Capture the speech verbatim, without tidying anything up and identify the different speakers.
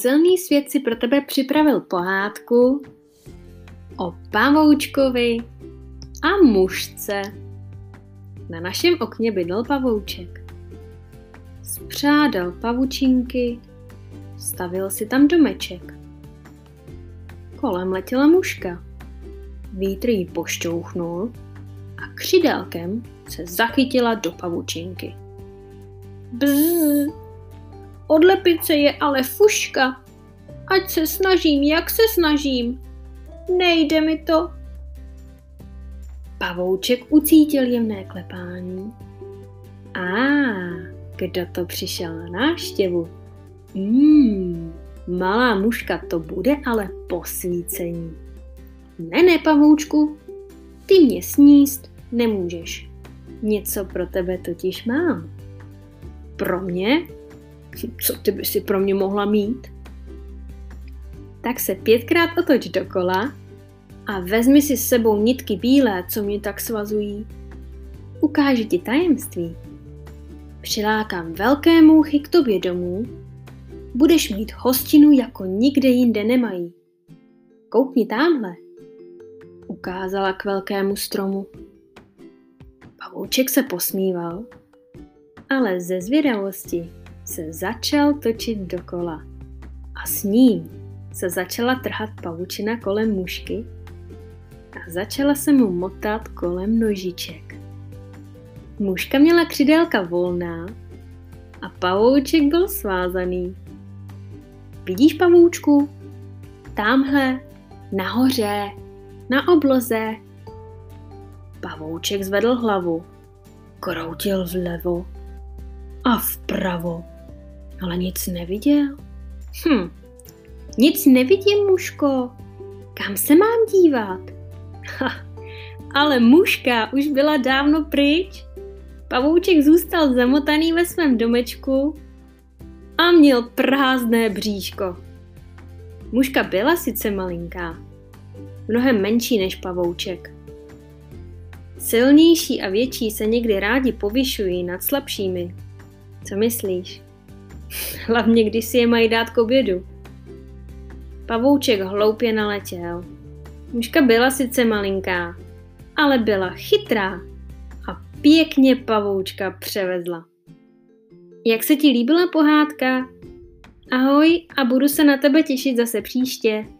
Speaker 1: Kouzelný svět si pro tebe připravil pohádku o pavoučkovi a mužce. Na našem okně bydlel pavouček. Spřádal pavučinky, stavil si tam domeček. Kolem letěla mužka. Vítr jí pošťouchnul a křidélkem se zachytila do pavučinky. Bzz, odlepit se je ale fuška. Ať se snažím, jak se snažím. Nejde mi to. Pavouček ucítil jemné klepání. A kdo to přišel na návštěvu? Hmm, malá mužka, to bude ale posvícení. Ne, ne, pavoučku, ty mě sníst nemůžeš. Něco pro tebe totiž mám. Pro mě? Co ty by si pro mě mohla mít? Tak se pětkrát otoč dokola a vezmi si s sebou nitky bílé, co mě tak svazují. Ukážu ti tajemství. Přilákám velké mouchy k tobě domů. Budeš mít hostinu, jako nikde jinde nemají. Koukni támhle. Ukázala k velkému stromu. Pavouček se posmíval, ale ze zvědavosti se začal točit dokola. A s ním se začala trhat pavučina kolem mužky a začala se mu motat kolem nožiček. Mužka měla křidélka volná a pavouček byl svázaný. Vidíš, pavoučku? Támhle, nahoře, na obloze. Pavouček zvedl hlavu, kroutil vlevo a vpravo, ale nic neviděl. Hm, nic nevidím, mužko. Kam se mám dívat? Ha, ale mužka už byla dávno pryč. Pavouček zůstal zamotaný ve svém domečku a měl prázdné bříško. Mužka byla sice malinká, mnohem menší než pavouček. Silnější a větší se někdy rádi povyšují nad slabšími. Co myslíš? Hlavně, když si je mají dát k obědu. Pavouček hloupě naletěl. Mužka byla sice malinká, ale byla chytrá a pěkně pavoučka převezla. Jak se ti líbila pohádka? Ahoj a budu se na tebe těšit zase příště.